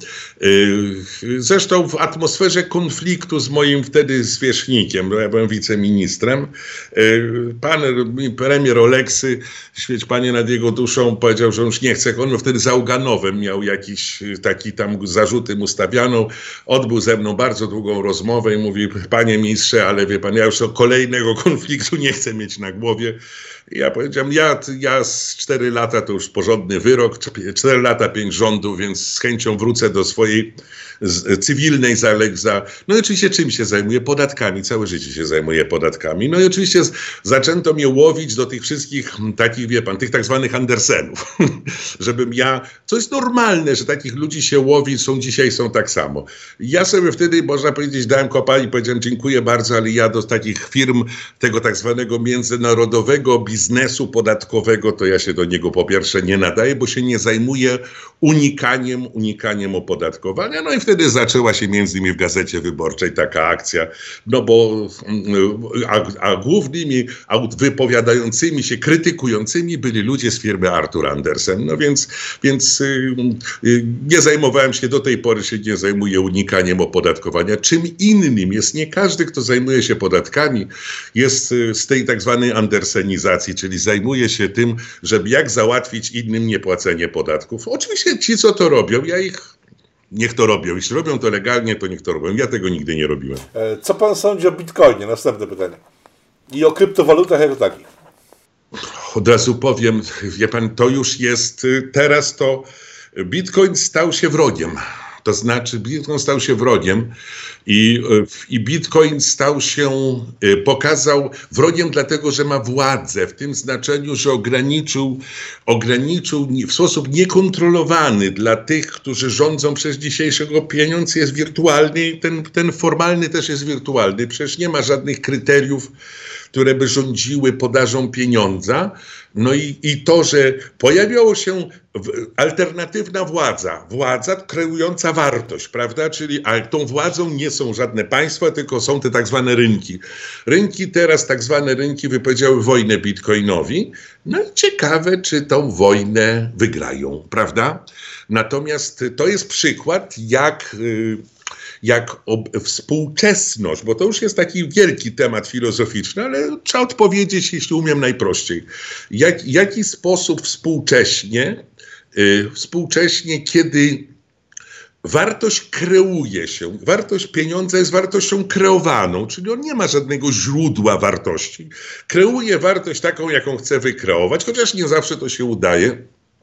Speaker 2: zresztą w atmosferze konfliktu z moim wtedy zwierzchnikiem, bo ja byłem wiceministrem, pan premier Oleksy, świeć panie nad jego duszą, powiedział, że już nie chce. On wtedy za Uganowem miał jakiś taki tam zarzuty mu stawiano. Odbył ze mną bardzo długą rozmowę i mówi, panie ministrze, ale wie pan, ja już kolejnego konfliktu nie chcę mieć na głowie. I ja powiedziałem, ja z 4 lata to już porządny wyrok, 4 lata 5 rządów, więc z chęcią wrócę do swojej cywilnej No i oczywiście czym się zajmuję? Podatkami. Całe życie się zajmuję podatkami. No i oczywiście zaczęto mnie łowić do tych wszystkich takich, wie pan, tych tak zwanych Andersenów. Żebym co jest normalne, że takich ludzi się łowi, dzisiaj są tak samo. Ja sobie wtedy, można powiedzieć, dałem kopa i powiedziałem, dziękuję bardzo, ale ja do takich firm, tego tak zwanego międzynarodowego biznesu podatkowego, to ja się do niego po pierwsze nie nadaję, bo się nie zajmuję unikaniem opodatkowania. No i wtedy zaczęła się między innymi w Gazecie Wyborczej taka akcja, no bo a głównymi wypowiadającymi się, krytykującymi byli ludzie z firmy Arthur Andersen. No więc nie zajmowałem się, do tej pory się nie zajmuję unikaniem opodatkowania. Czym innym jest, nie każdy, kto zajmuje się podatkami, jest z tej tak zwanej andersenizacji, czyli zajmuje się tym, żeby jak załatwić innym niepłacenie podatków. Oczywiście ci, co to robią, niech to robią. Jeśli robią to legalnie, to niech to robią. Ja tego nigdy nie robiłem.
Speaker 1: Co pan sądzi o Bitcoinie? Następne pytanie. I o kryptowalutach jako takich.
Speaker 2: Od razu powiem, wie pan, to już jest, teraz to Bitcoin stał się wrogiem. To znaczy Bitcoin stał się wrogiem i Bitcoin pokazał wrogiem dlatego, że ma władzę w tym znaczeniu, że ograniczył w sposób niekontrolowany dla tych, którzy rządzą przez dzisiejszego pieniądz jest wirtualny i ten formalny też jest wirtualny. Przecież nie ma żadnych kryteriów, które by rządziły podażą pieniądza. No i to, że pojawiała się alternatywna władza kreująca wartość, prawda? Czyli tą władzą nie są żadne państwa, tylko są te tak zwane rynki. Tak zwane rynki wypowiedziały wojnę Bitcoinowi. No i ciekawe, czy tą wojnę wygrają, prawda? Natomiast to jest przykład, jak współczesność, bo to już jest taki wielki temat filozoficzny, ale trzeba odpowiedzieć, jeśli umiem, najprościej. W jaki sposób współcześnie, kiedy wartość kreuje się, wartość pieniądza jest wartością kreowaną, czyli on nie ma żadnego źródła wartości. Kreuje wartość taką, jaką chce wykreować, chociaż nie zawsze to się udaje.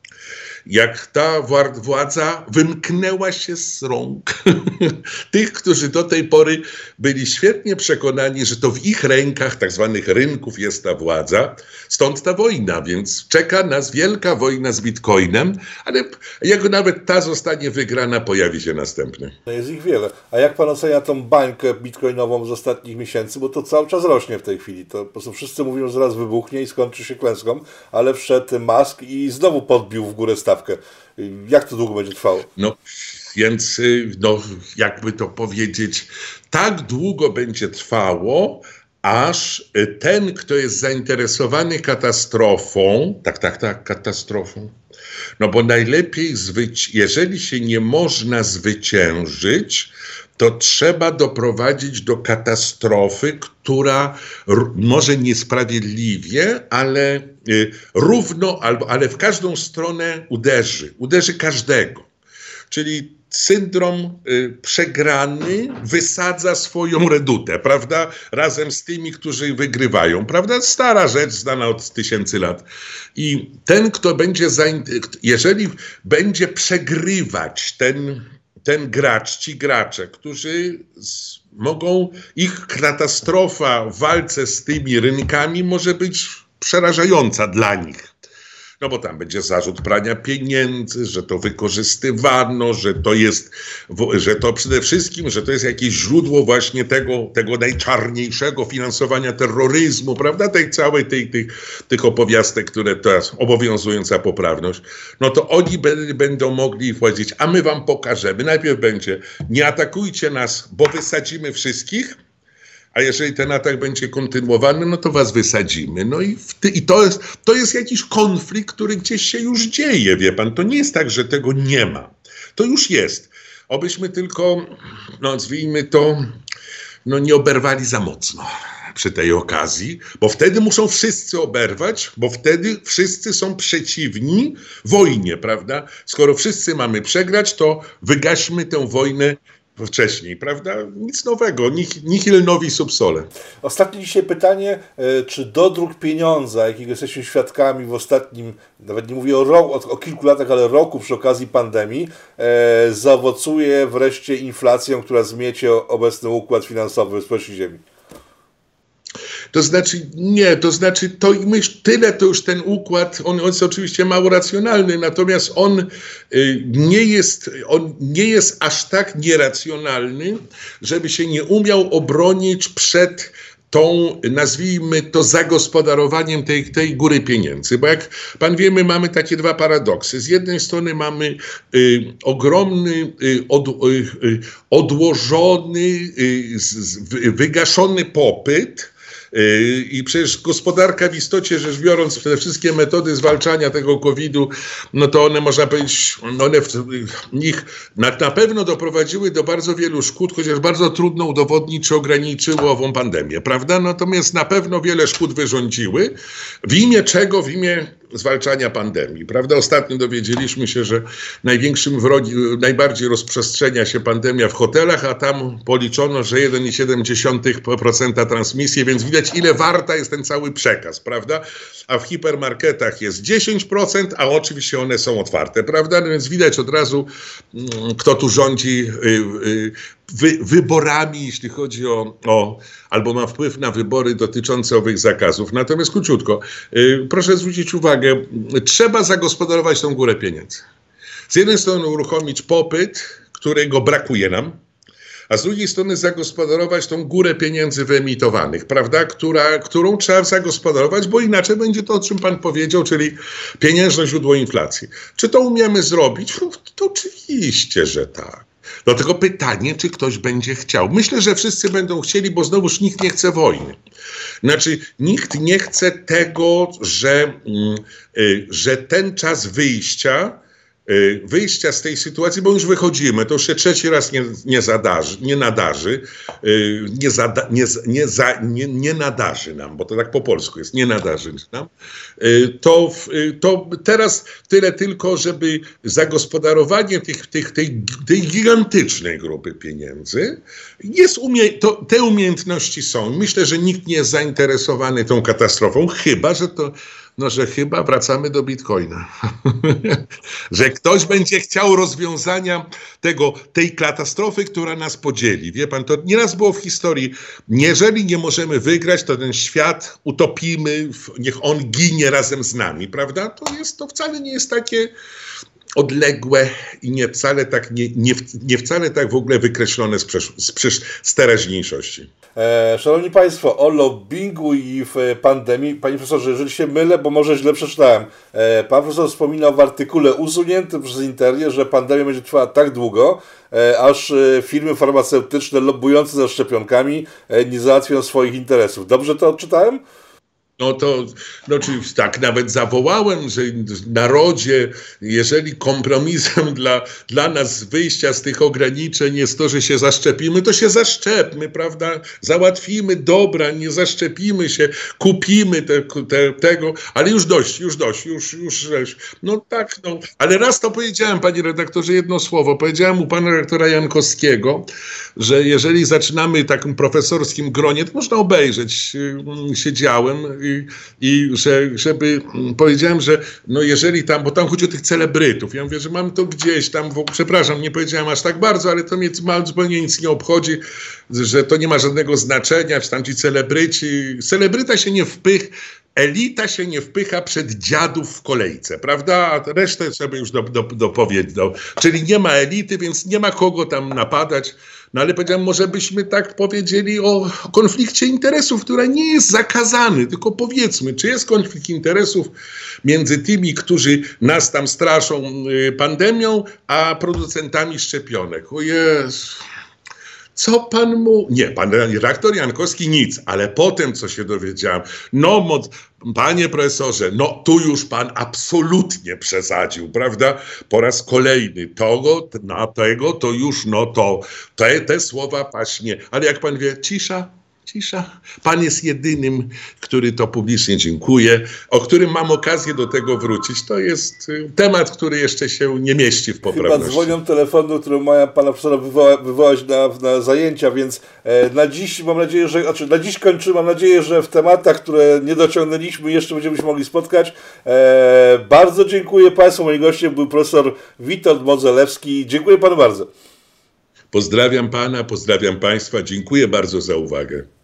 Speaker 2: Jak ta władza wymknęła się z rąk tych, którzy do tej pory byli świetnie przekonani, że to w ich rękach, tak zwanych rynków, jest ta władza. Stąd ta wojna, więc czeka nas wielka wojna z bitcoinem, ale jak nawet ta zostanie wygrana, pojawi się następny.
Speaker 1: Jest ich wiele. A jak pan ocenia tą bańkę bitcoinową z ostatnich miesięcy, bo to cały czas rośnie w tej chwili. To po prostu wszyscy mówią, że zaraz wybuchnie i skończy się klęską, ale wszedł Musk i znowu podbił w górę stawkę. Jak to długo będzie trwało?
Speaker 2: No, więc jakby to powiedzieć, tak długo będzie trwało, aż ten, kto jest zainteresowany katastrofą, katastrofą, no bo najlepiej, jeżeli się nie można zwyciężyć, to trzeba doprowadzić do katastrofy, która może niesprawiedliwie, ale równo, ale w każdą stronę uderzy każdego. Czyli syndrom przegrany wysadza swoją redutę, prawda? Razem z tymi, którzy wygrywają, prawda? Stara rzecz, znana od tysięcy lat. I ten, kto będzie, jeżeli będzie przegrywać ten gracz, ci gracze, którzy mogą, ich katastrofa w walce z tymi rynkami może być przerażająca dla nich. No bo tam będzie zarzut prania pieniędzy, że to wykorzystywano, że to przede wszystkim, że to jest jakieś źródło właśnie tego najczarniejszego finansowania terroryzmu, prawda? Tych opowiastek, które teraz obowiązująca poprawność. No to oni będą mogli powiedzieć, a my wam pokażemy. Najpierw będzie, nie atakujcie nas, bo wysadzimy wszystkich, a jeżeli ten atak będzie kontynuowany, no to was wysadzimy. No i to jest jakiś konflikt, który gdzieś się już dzieje, wie pan. To nie jest tak, że tego nie ma. To już jest. Obyśmy tylko, nazwijmy to, nie oberwali za mocno przy tej okazji, bo wtedy muszą wszyscy oberwać, bo wtedy wszyscy są przeciwni wojnie, prawda? Skoro wszyscy mamy przegrać, to wygaśmy tę wojnę wcześniej, prawda? Nic nowego, nihil novi sub sole.
Speaker 1: Ostatnie dzisiaj pytanie, czy dodruk pieniądza, jakiego jesteśmy świadkami w ostatnim, nawet nie mówię o kilku latach, ale roku przy okazji pandemii, zaowocuje wreszcie inflacją, która zmiecie obecny układ finansowy z powierzchni ziemi?
Speaker 2: To znaczy nie, tyle to już ten układ, on jest oczywiście mało racjonalny, natomiast on nie jest aż tak nieracjonalny, żeby się nie umiał obronić przed tą, nazwijmy to, zagospodarowaniem tej góry pieniędzy. Bo jak pan wiemy, mamy takie dwa paradoksy. Z jednej strony mamy ogromny, odłożony, wygaszony popyt, i przecież gospodarka w istocie rzecz biorąc, te wszystkie metody zwalczania tego COVID-u, no to one, można powiedzieć, one na pewno doprowadziły do bardzo wielu szkód, chociaż bardzo trudno udowodnić, czy ograniczyły ową pandemię, prawda? Natomiast na pewno wiele szkód wyrządziły. W imię czego? W imię zwalczania pandemii, prawda? Ostatnio dowiedzieliśmy się, że najbardziej rozprzestrzenia się pandemia w hotelach, a tam policzono, że 1,7% transmisji, więc widać, ile warta jest ten cały przekaz, prawda? A w hipermarketach jest 10%, a oczywiście one są otwarte, prawda? No więc widać od razu, kto tu rządzi wyborami, jeśli chodzi albo ma wpływ na wybory dotyczące owych zakazów. Natomiast króciutko, proszę zwrócić uwagę, trzeba zagospodarować tą górę pieniędzy. Z jednej strony uruchomić popyt, którego brakuje nam, a z drugiej strony zagospodarować tą górę pieniędzy wyemitowanych, prawda, którą trzeba zagospodarować, bo inaczej będzie to, o czym pan powiedział, czyli pieniężne źródło inflacji. Czy to umiemy zrobić? To oczywiście, że tak. Do tego pytanie, czy ktoś będzie chciał. Myślę, że wszyscy będą chcieli, bo znowuż nikt nie chce wojny. Znaczy, nikt nie chce tego, że ten czas wyjścia wyjścia z tej sytuacji, bo już wychodzimy, to już się trzeci raz nie nadarzy nam, bo to tak po polsku jest, nie nadarzy nam, to teraz tyle tylko, żeby zagospodarowanie tej gigantycznej grupy pieniędzy, te umiejętności są. Myślę, że nikt nie jest zainteresowany tą katastrofą, chyba, że chyba wracamy do Bitcoina. Że ktoś będzie chciał rozwiązania tej katastrofy, która nas podzieli. Wie pan, to nieraz było w historii. Jeżeli nie możemy wygrać, to ten świat utopimy, niech on ginie razem z nami, prawda? To wcale nie jest takie odległe i nie wcale tak w ogóle wykreślone z teraźniejszości.
Speaker 1: Szanowni Państwo, o lobbingu i w pandemii, panie profesorze, jeżeli się mylę, bo może źle przeczytałem, pan profesor wspominał w artykule usuniętym przez Interię, że pandemia będzie trwała tak długo, aż firmy farmaceutyczne lobbujące za szczepionkami nie załatwią swoich interesów. Dobrze to odczytałem?
Speaker 2: No oczywiście tak, nawet zawołałem, że narodzie, jeżeli kompromisem dla nas wyjścia z tych ograniczeń jest to, że się zaszczepimy, to się zaszczepmy, prawda? Załatwimy dobra, nie zaszczepimy się, kupimy tego, ale już dość. No tak, ale raz to powiedziałem, panie redaktorze, jedno słowo. Powiedziałem u pana redaktora Jankowskiego, że jeżeli zaczynamy w takim profesorskim gronie, to można obejrzeć, siedziałem, żeby powiedziałem, że no jeżeli tam, bo tam chodzi o tych celebrytów, ja mówię, że mam to gdzieś tam, przepraszam, nie powiedziałem aż tak bardzo, ale to mnie zupełnie nic nie obchodzi, że to nie ma żadnego znaczenia, czy tam ci elita się nie wpycha przed dziadów w kolejce, prawda? A resztę trzeba już dopowiedzieć. Czyli nie ma elity, więc nie ma kogo tam napadać. No ale powiedziałem, może byśmy tak powiedzieli o konflikcie interesów, który nie jest zakazany, tylko powiedzmy, czy jest konflikt interesów między tymi, którzy nas tam straszą pandemią, a producentami szczepionek. O Jezu. Co pan mu... Nie, pan redaktor Jankowski nic, ale potem, co się dowiedziałem, panie profesorze, tu już pan absolutnie przesadził, prawda? Po raz kolejny to już, te słowa paśnie. Ale jak pan wie, cisza. Pan jest jedynym, który to publicznie dziękuje, o którym mam okazję do tego wrócić. To jest temat, który jeszcze się nie mieści w poprawności.
Speaker 1: Chyba dzwonią telefonu, który mają pana profesora wywołać na zajęcia, więc na dziś mam nadzieję, na dziś kończymy. Mam nadzieję, że w tematach, które nie dociągnęliśmy, jeszcze będziemy się mogli spotkać. Bardzo dziękuję państwu. Moim gościem był profesor Witold Modzelewski. Dziękuję panu bardzo.
Speaker 2: Pozdrawiam pana, pozdrawiam państwa. Dziękuję bardzo za uwagę.